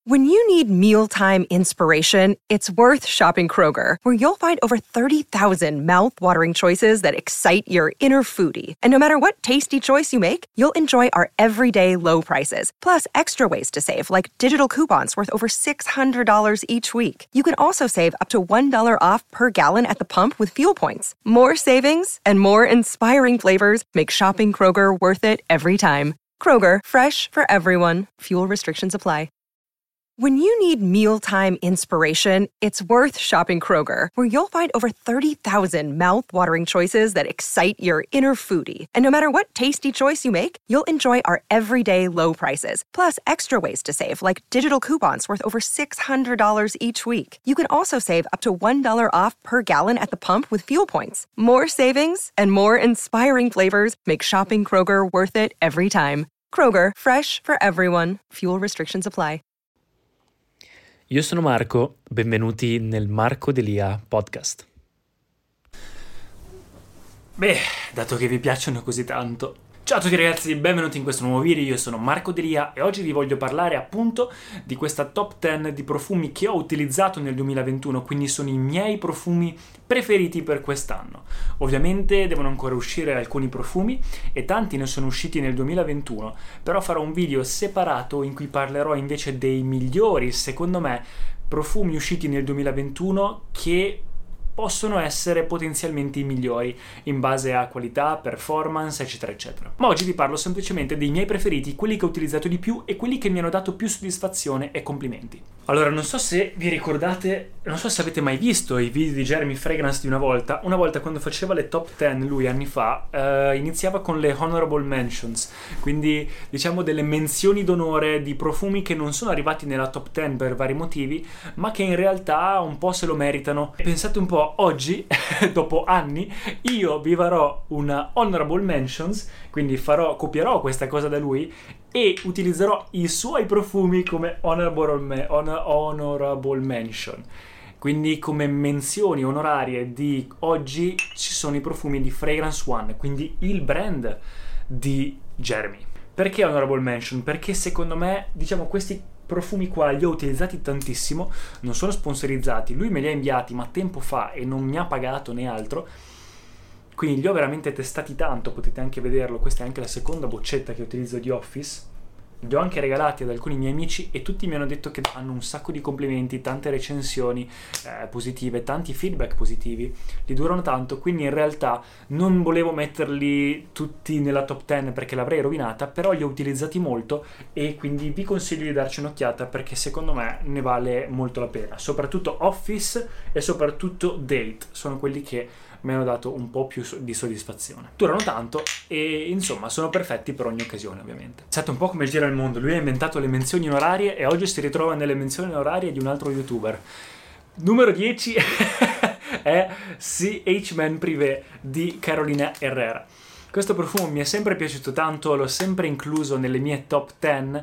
When you need mealtime inspiration, it's worth shopping Kroger, where you'll find over 30,000 mouth-watering choices that excite your inner foodie. And no matter what tasty choice you make, you'll enjoy our everyday low prices, plus extra ways to save, like digital coupons worth over $600 each week. You can also save up to $1 off per gallon at the pump with fuel points. More savings and more inspiring flavors make shopping Kroger worth it every time. Kroger, fresh for everyone. Fuel restrictions apply. When you need mealtime inspiration, it's worth shopping Kroger, where you'll find over 30,000 mouth-watering choices that excite your inner foodie. And no matter what tasty choice you make, you'll enjoy our everyday low prices, plus extra ways to save, like digital coupons worth over $600 each week. You can also save up to $1 off per gallon at the pump with fuel points. More savings and more inspiring flavors make shopping Kroger worth it every time. Kroger, fresh for everyone. Fuel restrictions apply. Io sono Marco, benvenuti nel Marco Delia podcast. Beh, dato che vi piacciono così tanto, ciao a tutti ragazzi, benvenuti in questo nuovo video. Io sono Marco Delia e oggi vi voglio parlare appunto di questa top 10 di profumi che ho utilizzato nel 2021, quindi sono i miei profumi preferiti per quest'anno. Ovviamente devono ancora uscire alcuni profumi e tanti ne sono usciti nel 2021, però farò un video separato in cui parlerò invece dei migliori, secondo me, profumi usciti nel 2021 che possono essere potenzialmente i migliori in base a qualità, performance, eccetera eccetera. Ma oggi vi parlo semplicemente dei miei preferiti, quelli che ho utilizzato di più e quelli che mi hanno dato più soddisfazione e complimenti. Allora, non so se vi ricordate, non so se avete mai visto i video di Jeremy Fragrance di una volta quando faceva le top 10 lui anni fa, iniziava con le honorable mentions, quindi diciamo delle menzioni d'onore di profumi che non sono arrivati nella top 10 per vari motivi, ma che in realtà un po' se lo meritano. E pensate un po', oggi, dopo anni, io vi farò una honorable mentions, quindi copierò questa cosa da lui e utilizzerò i suoi profumi come honorable mention. Quindi come menzioni onorarie di oggi ci sono i profumi di Fragrance One, quindi il brand di Jeremy. Perché honorable mention? Perché secondo me, diciamo, questi profumi qua li ho utilizzati tantissimo, non sono sponsorizzati, lui me li ha inviati ma tempo fa e non mi ha pagato né altro, quindi li ho veramente testati tanto, potete anche vederlo. Questa è anche la seconda boccetta che utilizzo di Office. Li ho anche regalati ad alcuni miei amici e tutti mi hanno detto che hanno un sacco di complimenti, tante recensioni positive, tanti feedback positivi, li durano tanto, quindi in realtà non volevo metterli tutti nella top 10 perché l'avrei rovinata, però li ho utilizzati molto e quindi vi consiglio di darci un'occhiata perché secondo me ne vale molto la pena. Soprattutto Office e soprattutto Date sono quelli che mi hanno dato un po' più di soddisfazione. Durano tanto e insomma sono perfetti per ogni occasione, ovviamente. Sapete un po' come gira il mondo, lui ha inventato le menzioni onorarie e oggi si ritrova nelle menzioni onorarie di un altro youtuber. Numero 10 è CH Man Privé di Carolina Herrera. Questo profumo mi è sempre piaciuto tanto, l'ho sempre incluso nelle mie top 10.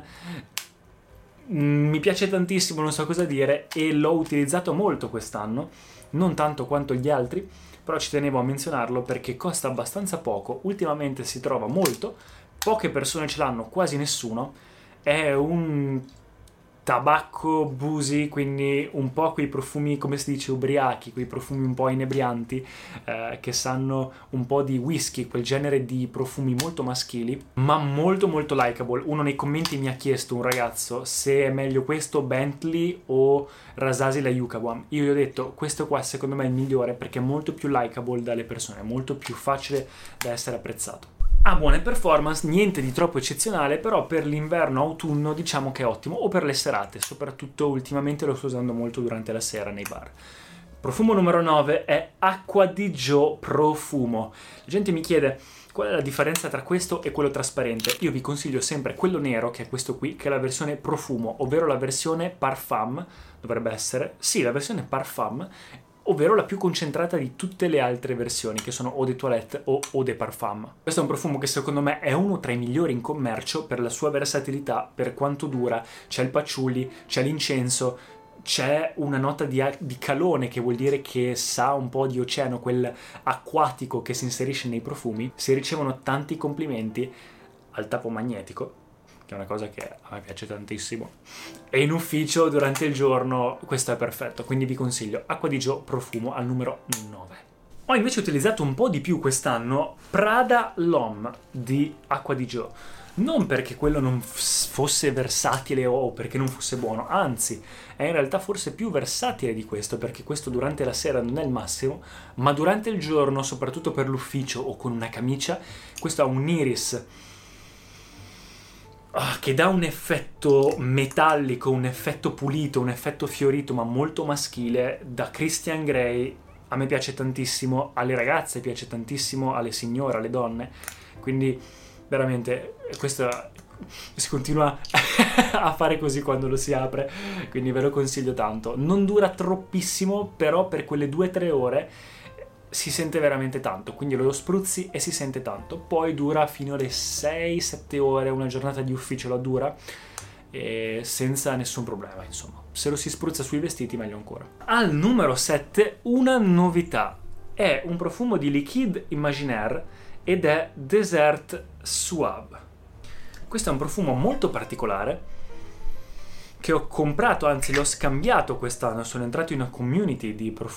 Mi piace tantissimo, non so cosa dire, e l'ho utilizzato molto quest'anno, non tanto quanto gli altri, però ci tenevo a menzionarlo perché costa abbastanza poco, ultimamente si trova molto, poche persone ce l'hanno, quasi nessuno, è un tabacco boozy, quindi un po' quei profumi, come si dice, ubriachi, quei profumi un po' inebrianti, che sanno un po' di whisky, quel genere di profumi molto maschili, ma molto molto likeable. Uno nei commenti mi ha chiesto, un ragazzo, se è meglio questo Bentley o Rasasi la Yucawam. Io gli ho detto, questo qua secondo me è il migliore perché è molto più likeable dalle persone, è molto più facile da essere apprezzato. Ha buone performance, niente di troppo eccezionale, però per l'inverno-autunno diciamo che è ottimo, o per le serate, soprattutto ultimamente lo sto usando molto durante la sera nei bar. Profumo numero 9 è Acqua di Joe Profumo. La gente mi chiede qual è la differenza tra questo e quello trasparente. Io vi consiglio sempre quello nero, che è questo qui, che è la versione profumo, ovvero la versione parfum, dovrebbe essere, sì, la versione parfum, ovvero la più concentrata di tutte le altre versioni che sono Eau de Toilette o Eau de Parfum. Questo è un profumo che secondo me è uno tra i migliori in commercio per la sua versatilità, per quanto dura, c'è il patchouli, c'è l'incenso, c'è una nota di calone, che vuol dire che sa un po' di oceano, quel acquatico che si inserisce nei profumi. Si ricevono tanti complimenti al tappo magnetico, che è una cosa che a me piace tantissimo, e in ufficio durante il giorno questo è perfetto, quindi vi consiglio Acqua di Gio profumo al numero 9. Ho invece utilizzato un po' di più quest'anno Prada L'Homme di Acqua di Gio, non perché quello non fosse versatile o perché non fosse buono, anzi è in realtà forse più versatile di questo, perché questo durante la sera non è il massimo, ma durante il giorno, soprattutto per l'ufficio o con una camicia, questo ha un iris che dà un effetto metallico, un effetto pulito, un effetto fiorito, ma molto maschile, da Christian Grey. A me piace tantissimo, alle ragazze piace tantissimo, alle signore, alle donne, quindi veramente questo si continua a fare così quando lo si apre, quindi ve lo consiglio tanto. Non dura troppissimo, però per quelle 2-3 ore si sente veramente tanto, quindi lo spruzzi e si sente tanto. Poi dura fino alle 6-7 ore, una giornata di ufficio la dura, e senza nessun problema, insomma. Se lo si spruzza sui vestiti meglio ancora. Al numero 7 una novità, è un profumo di Liquide Imaginaire ed è Désert Suave. Questo è un profumo molto particolare che ho comprato, anzi l'ho scambiato quest'anno. Sono entrato in una community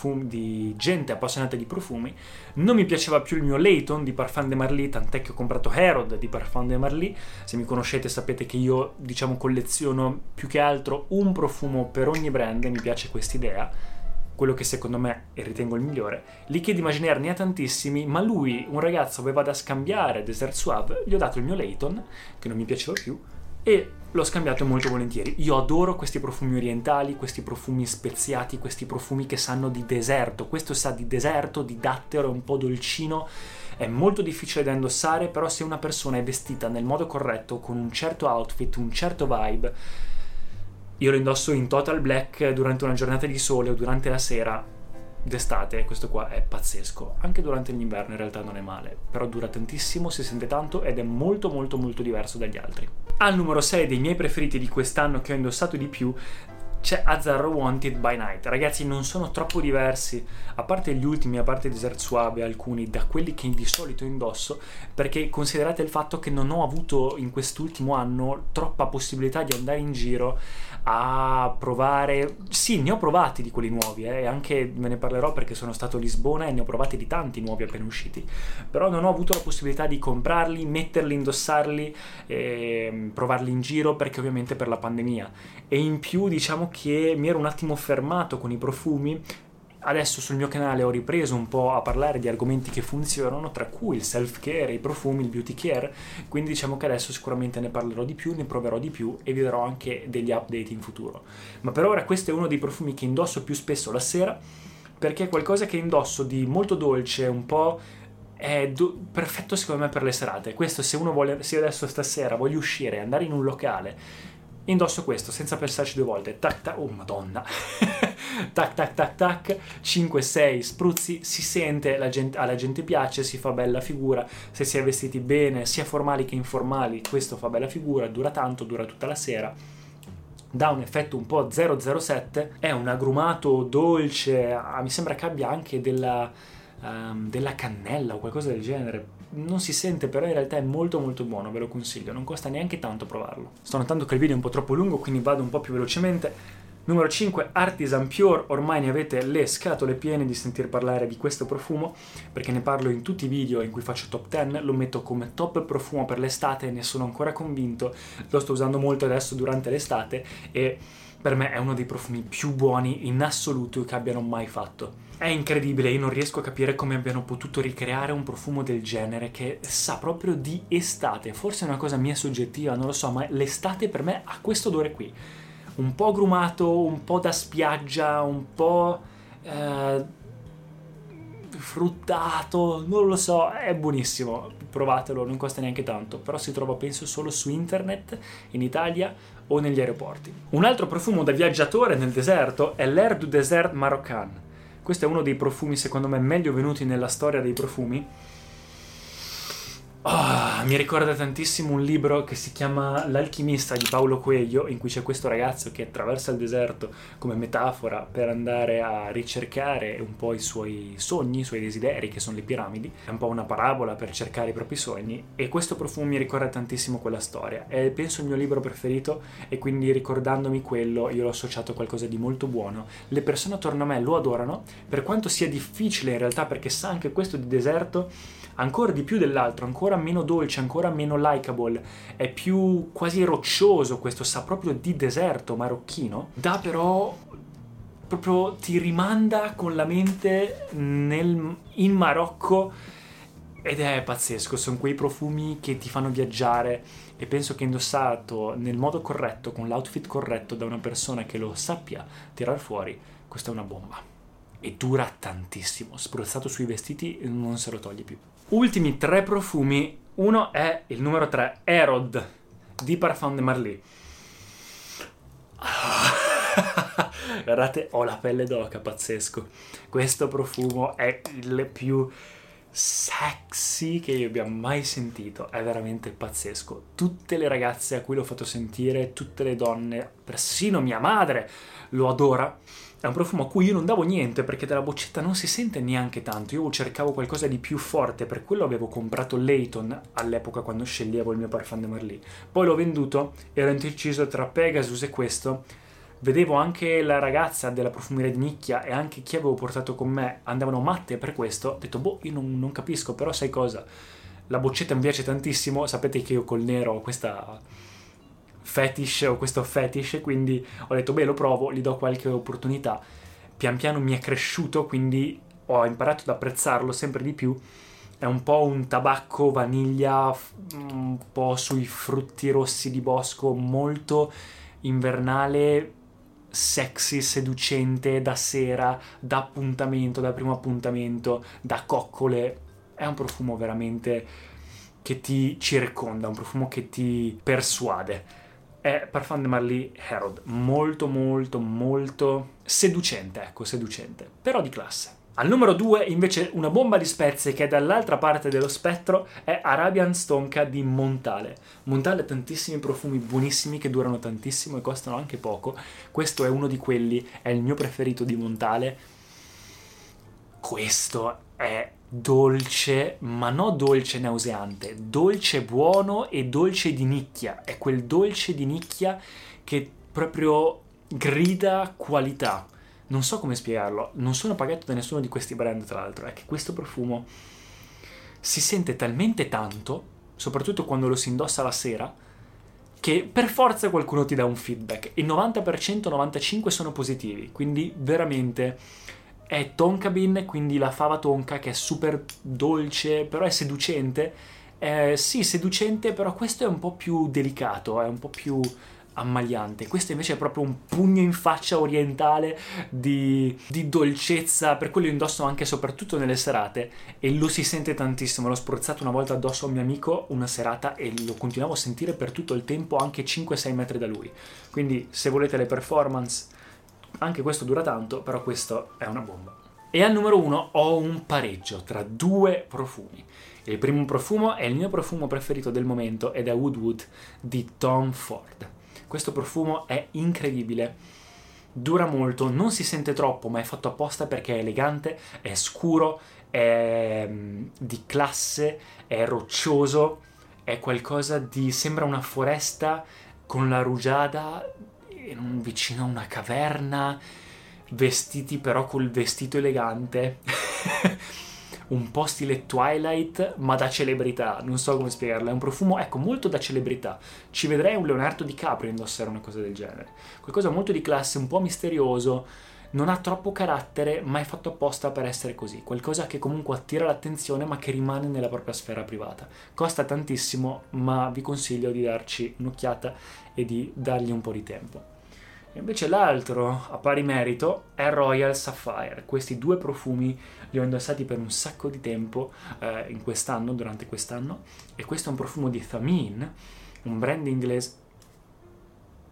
di gente appassionata di profumi. Non mi piaceva più il mio Layton di Parfum de Marly, tant'è che ho comprato Herod di Parfum de Marly. Se mi conoscete sapete che io, diciamo, colleziono più che altro un profumo per ogni brand e mi piace quest'idea, quello che secondo me e ritengo il migliore. Liquide Imaginaire ne ha tantissimi, ma lui, un ragazzo, aveva da scambiare Désert Suave, gli ho dato il mio Layton, che non mi piaceva più, e l'ho scambiato molto volentieri. Io adoro questi profumi orientali, questi profumi speziati, questi profumi che sanno di deserto. Questo sa di deserto, di dattero, è un po' dolcino, è molto difficile da indossare, però se una persona è vestita nel modo corretto, con un certo outfit, un certo vibe, io lo indosso in total black durante una giornata di sole o durante la sera d'estate, questo qua è pazzesco. Anche durante l'inverno in realtà non è male, però dura tantissimo, si sente tanto ed è molto molto molto diverso dagli altri. Al numero 6 dei miei preferiti di quest'anno, che ho indossato di più, c'è Azzarro Wanted by Night. Ragazzi, non sono troppo diversi, a parte gli ultimi, a parte Désert Suave, alcuni, da quelli che di solito indosso, perché considerate il fatto che non ho avuto in quest'ultimo anno troppa possibilità di andare in giro a provare. Sì, ne ho provati di quelli nuovi, e anche ve ne parlerò perché sono stato a Lisbona e ne ho provati di tanti nuovi appena usciti, però non ho avuto la possibilità di comprarli, metterli, indossarli e provarli in giro, perché ovviamente per la pandemia. E in più diciamo che mi ero un attimo fermato con i profumi. Adesso sul mio canale ho ripreso un po' a parlare di argomenti che funzionano, tra cui il self-care, i profumi, il beauty care, quindi diciamo che adesso sicuramente ne parlerò di più, ne proverò di più e vi darò anche degli update in futuro. Ma per ora questo è uno dei profumi che indosso più spesso la sera, perché è qualcosa che indosso di molto dolce, un po' perfetto secondo me per le serate. Questo, se uno vuole, se io adesso stasera voglio uscire e andare in un locale, indosso questo senza pensarci due volte. Tac tac, oh madonna. Tac tac tac tac, 5-6 spruzzi, si sente, alla gente piace, si fa bella figura. Se si è vestiti bene, sia formali che informali, questo fa bella figura, dura tanto, dura tutta la sera, dà un effetto un po' 007, è un agrumato dolce, mi sembra che abbia anche della cannella o qualcosa del genere. Non si sente, però in realtà è molto molto buono, ve lo consiglio, non costa neanche tanto provarlo. Sto notando che il video è un po' troppo lungo, quindi vado un po' più velocemente. Numero 5, Artisan Pure. Ormai ne avete le scatole piene di sentir parlare di questo profumo, perché ne parlo in tutti i video in cui faccio top 10, lo metto come top profumo per l'estate, ne sono ancora convinto, lo sto usando molto adesso durante l'estate e per me è uno dei profumi più buoni in assoluto che abbiano mai fatto. È incredibile, io non riesco a capire come abbiano potuto ricreare un profumo del genere che sa proprio di estate. Forse è una cosa mia soggettiva, non lo so, ma l'estate per me ha questo odore qui. Un po' agrumato, un po' da spiaggia, un po' fruttato, non lo so, è buonissimo, provatelo, non costa neanche tanto, però si trova penso solo su internet, in Italia o negli aeroporti. Un altro profumo da viaggiatore nel deserto è l'Air du Désert Marocain. Questo è uno dei profumi secondo me meglio venuti nella storia dei profumi. Mi ricorda tantissimo un libro che si chiama L'alchimista di Paulo Coelho, in cui c'è questo ragazzo che attraversa il deserto come metafora per andare a ricercare un po' i suoi sogni, i suoi desideri, che sono le piramidi. È un po' una parabola per cercare i propri sogni, e questo profumo mi ricorda tantissimo quella storia. È, penso, il mio libro preferito, e quindi ricordandomi quello io l'ho associato a qualcosa di molto buono. Le persone attorno a me lo adorano, per quanto sia difficile in realtà, perché sa anche questo di deserto ancora di più dell'altro, ancora meno dolce, ancora meno likable, è più quasi roccioso, questo sa proprio di deserto marocchino, dà però proprio ti rimanda con la mente in Marocco, ed è pazzesco. Sono quei profumi che ti fanno viaggiare, e penso che indossato nel modo corretto, con l'outfit corretto, da una persona che lo sappia tirar fuori, questa è una bomba. E dura tantissimo, spruzzato sui vestiti non se lo toglie più. Ultimi 3 profumi. Uno è il numero 3, Herod di Parfum de Marly. Guardate, ho la pelle d'oca, pazzesco. Questo profumo è il più sexy che io abbia mai sentito, è veramente pazzesco. Tutte le ragazze a cui l'ho fatto sentire, tutte le donne, persino mia madre lo adora. È un profumo a cui io non davo niente, perché dalla boccetta non si sente neanche tanto. Io cercavo qualcosa di più forte, per quello avevo comprato Layton all'epoca quando sceglievo il mio Parfum de Marly. Poi l'ho venduto, ero indeciso tra Pegasus e questo. Vedevo anche la ragazza della profumeria di nicchia e anche chi avevo portato con me andavano matte per questo. Ho detto, io non capisco, però sai cosa? La boccetta mi piace tantissimo, sapete che io col nero ho questa questo fetish, quindi ho detto, lo provo, gli do qualche opportunità. Pian piano mi è cresciuto, quindi ho imparato ad apprezzarlo sempre di più. È un po' un tabacco vaniglia, un po' sui frutti rossi di bosco, molto invernale, sexy, seducente, da sera, da appuntamento, da primo appuntamento, da coccole. È un profumo veramente che ti circonda, un profumo che ti persuade. È Parfum de Marly Herod, molto molto molto seducente, seducente, però di classe. Al numero 2 invece una bomba di spezie che è dall'altra parte dello spettro, è Arabian Stonka di Montale. Montale ha tantissimi profumi buonissimi che durano tantissimo e costano anche poco. Questo è uno di quelli, è il mio preferito di Montale. Questo è dolce, ma non dolce nauseante, dolce buono e dolce di nicchia. È quel dolce di nicchia che proprio grida qualità. Non so come spiegarlo, non sono pagato da nessuno di questi brand, tra l'altro. È che questo profumo si sente talmente tanto, soprattutto quando lo si indossa la sera, che per forza qualcuno ti dà un feedback. Il 90%, 95% sono positivi, quindi veramente è tonka bean, quindi la fava tonka, che è super dolce, però è seducente. Sì, seducente, però questo è un po' più delicato, è un po' più ammaliante. Questo invece è proprio un pugno in faccia orientale di dolcezza, per quello indosso anche soprattutto nelle serate, e lo si sente tantissimo. L'ho spruzzato una volta addosso a un mio amico una serata e lo continuavo a sentire per tutto il tempo, anche 5-6 metri da lui. Quindi se volete le performance, anche questo dura tanto, però questo è una bomba. E al numero 1 ho un pareggio tra 2 profumi. Il primo profumo è il mio profumo preferito del momento ed è Wood Wood di Tom Ford. Questo profumo è incredibile, dura molto, non si sente troppo, ma è fatto apposta perché è elegante, è scuro, è di classe, è roccioso, è qualcosa di... sembra una foresta con la rugiada vicino a una caverna, vestiti però col vestito elegante. Un po' stile Twilight, ma da celebrità, non so come spiegarlo. È un profumo, molto da celebrità. Ci vedrei un Leonardo DiCaprio indossare una cosa del genere. Qualcosa molto di classe, un po' misterioso, non ha troppo carattere, ma è fatto apposta per essere così. Qualcosa che comunque attira l'attenzione, ma che rimane nella propria sfera privata. Costa tantissimo, ma vi consiglio di darci un'occhiata e di dargli un po' di tempo. E invece l'altro, a pari merito, è Royal Sapphire. Questi 2 profumi li ho indossati per un sacco di tempo durante quest'anno, e questo è un profumo di Thameen, un brand inglese.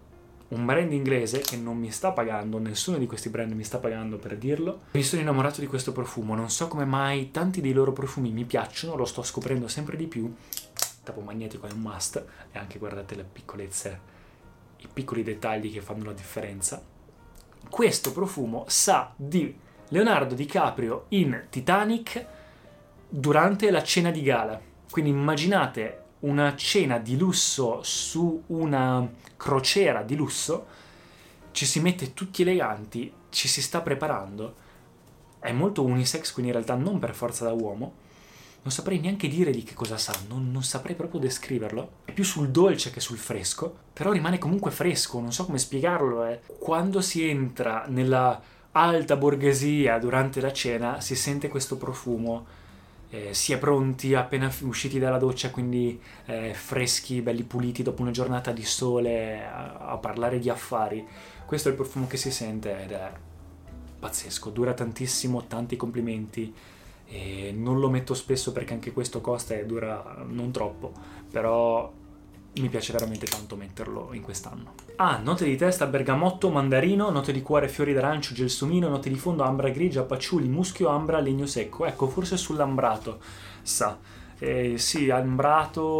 un brand inglese che non mi sta pagando, nessuno di questi brand mi sta pagando per dirlo. Mi sono innamorato di questo profumo, non so come mai tanti dei loro profumi mi piacciono, lo sto scoprendo sempre di più. Tappo magnetico è un must, e anche guardate le piccolezze, i piccoli dettagli che fanno la differenza. Questo profumo sa di Leonardo DiCaprio in Titanic durante la cena di gala. Quindi immaginate una cena di lusso su una crociera di lusso, ci si mette tutti eleganti, ci si sta preparando, è molto unisex, quindi in realtà non per forza da uomo, non saprei neanche dire di che cosa sa, non saprei proprio descriverlo, è più sul dolce che sul fresco, però rimane comunque fresco, non so come spiegarlo. Quando si entra nella alta borghesia durante la cena si sente questo profumo, si è pronti appena usciti dalla doccia, quindi freschi, belli puliti dopo una giornata di sole a parlare di affari. Questo è il profumo che si sente ed è pazzesco, dura tantissimo, tanti complimenti, e non lo metto spesso perché anche questo costa e dura non troppo, però mi piace veramente tanto metterlo in quest'anno. Note di testa bergamotto, mandarino, note di cuore, fiori d'arancio, gelsomino, note di fondo ambra grigia, patchouli, muschio, ambra, legno secco. Ecco, forse sull'ambrato sa. Sì, ambrato,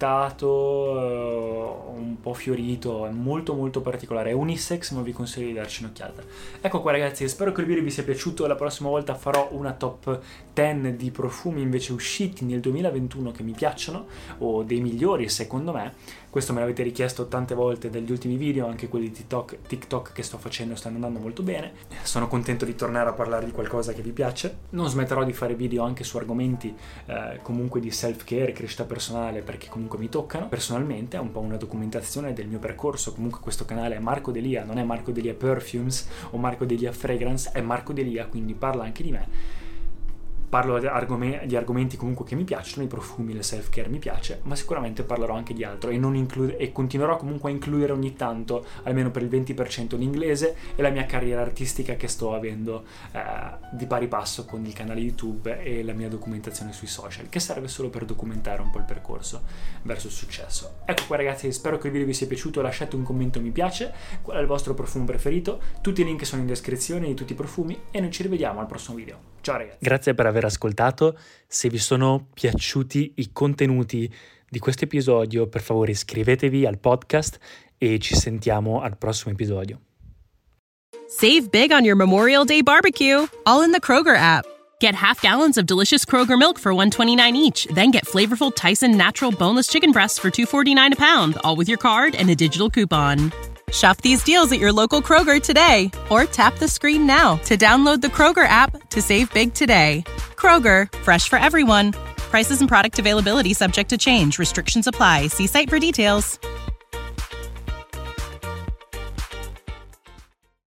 fruttato, un po' fiorito, è molto molto particolare, è unisex, ma vi consiglio di darci un'occhiata. Ecco qua ragazzi, spero che il video vi sia piaciuto, la prossima volta farò una top 10 di profumi invece usciti nel 2021 che mi piacciono, o dei migliori secondo me. Questo me l'avete richiesto tante volte dagli ultimi video, anche quelli di TikTok che sto facendo stanno andando molto bene. Sono contento di tornare a parlare di qualcosa che vi piace. Non smetterò di fare video anche su argomenti comunque di self-care, crescita personale, perché comunque mi toccano personalmente, è un po' una documentazione del mio percorso. Comunque questo canale è Marco Delia, non è Marco Delia Perfumes o Marco Delia Fragrance, è Marco Delia, quindi parla anche di me. Parlo di argomenti comunque che mi piacciono, i profumi, il self-care mi piace, ma sicuramente parlerò anche di altro e continuerò comunque a includere ogni tanto, almeno per il 20%, l'inglese e la mia carriera artistica che sto avendo di pari passo con il canale YouTube e la mia documentazione sui social, che serve solo per documentare un po' il percorso verso il successo. Ecco qua ragazzi, spero che il video vi sia piaciuto, lasciate un commento mi piace, qual è il vostro profumo preferito, tutti i link sono in descrizione di tutti i profumi e noi ci rivediamo al prossimo video. Ciao ragazzi. Grazie per aver ascoltato. Se vi sono piaciuti i contenuti di questo episodio, per favore iscrivetevi al podcast e ci sentiamo al prossimo episodio. Save big on your Memorial Day barbecue, all in the Kroger app. Get half gallons of delicious Kroger milk for $1.29 each, then get flavorful Tyson natural boneless chicken breasts for $2.49 a pound, all with your card and a digital coupon. Shop these deals at your local Kroger today, or tap the screen now to download the Kroger app to save big today. Kroger, fresh for everyone. Prices and product availability subject to change. Restrictions apply. See site for details.